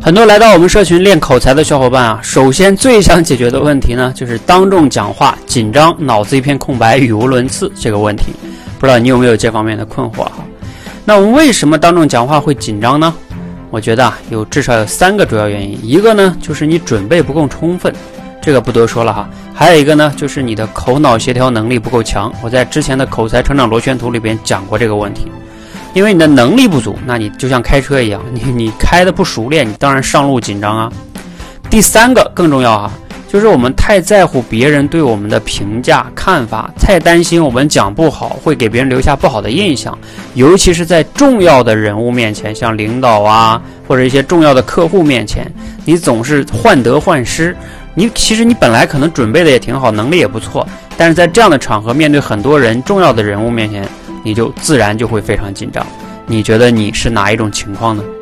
很多来到我们社群练口才的小伙伴啊，首先最想解决的问题呢，就是当众讲话紧张，脑子一片空白，语无伦次这个问题。不知道你有没有这方面的困惑哈？那我们为什么当众讲话会紧张呢？我觉得至少有3个主要原因。一个呢，就是你准备不够充分，这个不多说了哈。还有一个呢，就是你的口脑协调能力不够强。我在之前的口才成长螺旋图里边讲过这个问题。因为你的能力不足，那你就像开车一样，你开的不熟练，你当然上路紧张啊。第3个更重要哈，就是我们太在乎别人对我们的评价看法，太担心我们讲不好会给别人留下不好的印象，尤其是在重要的人物面前，像领导啊或者一些重要的客户面前，你总是患得患失。其实你本来可能准备的也挺好，能力也不错，但是在这样的场合，面对很多人重要的人物面前，你就自然就会非常紧张。你觉得你是哪一种情况呢？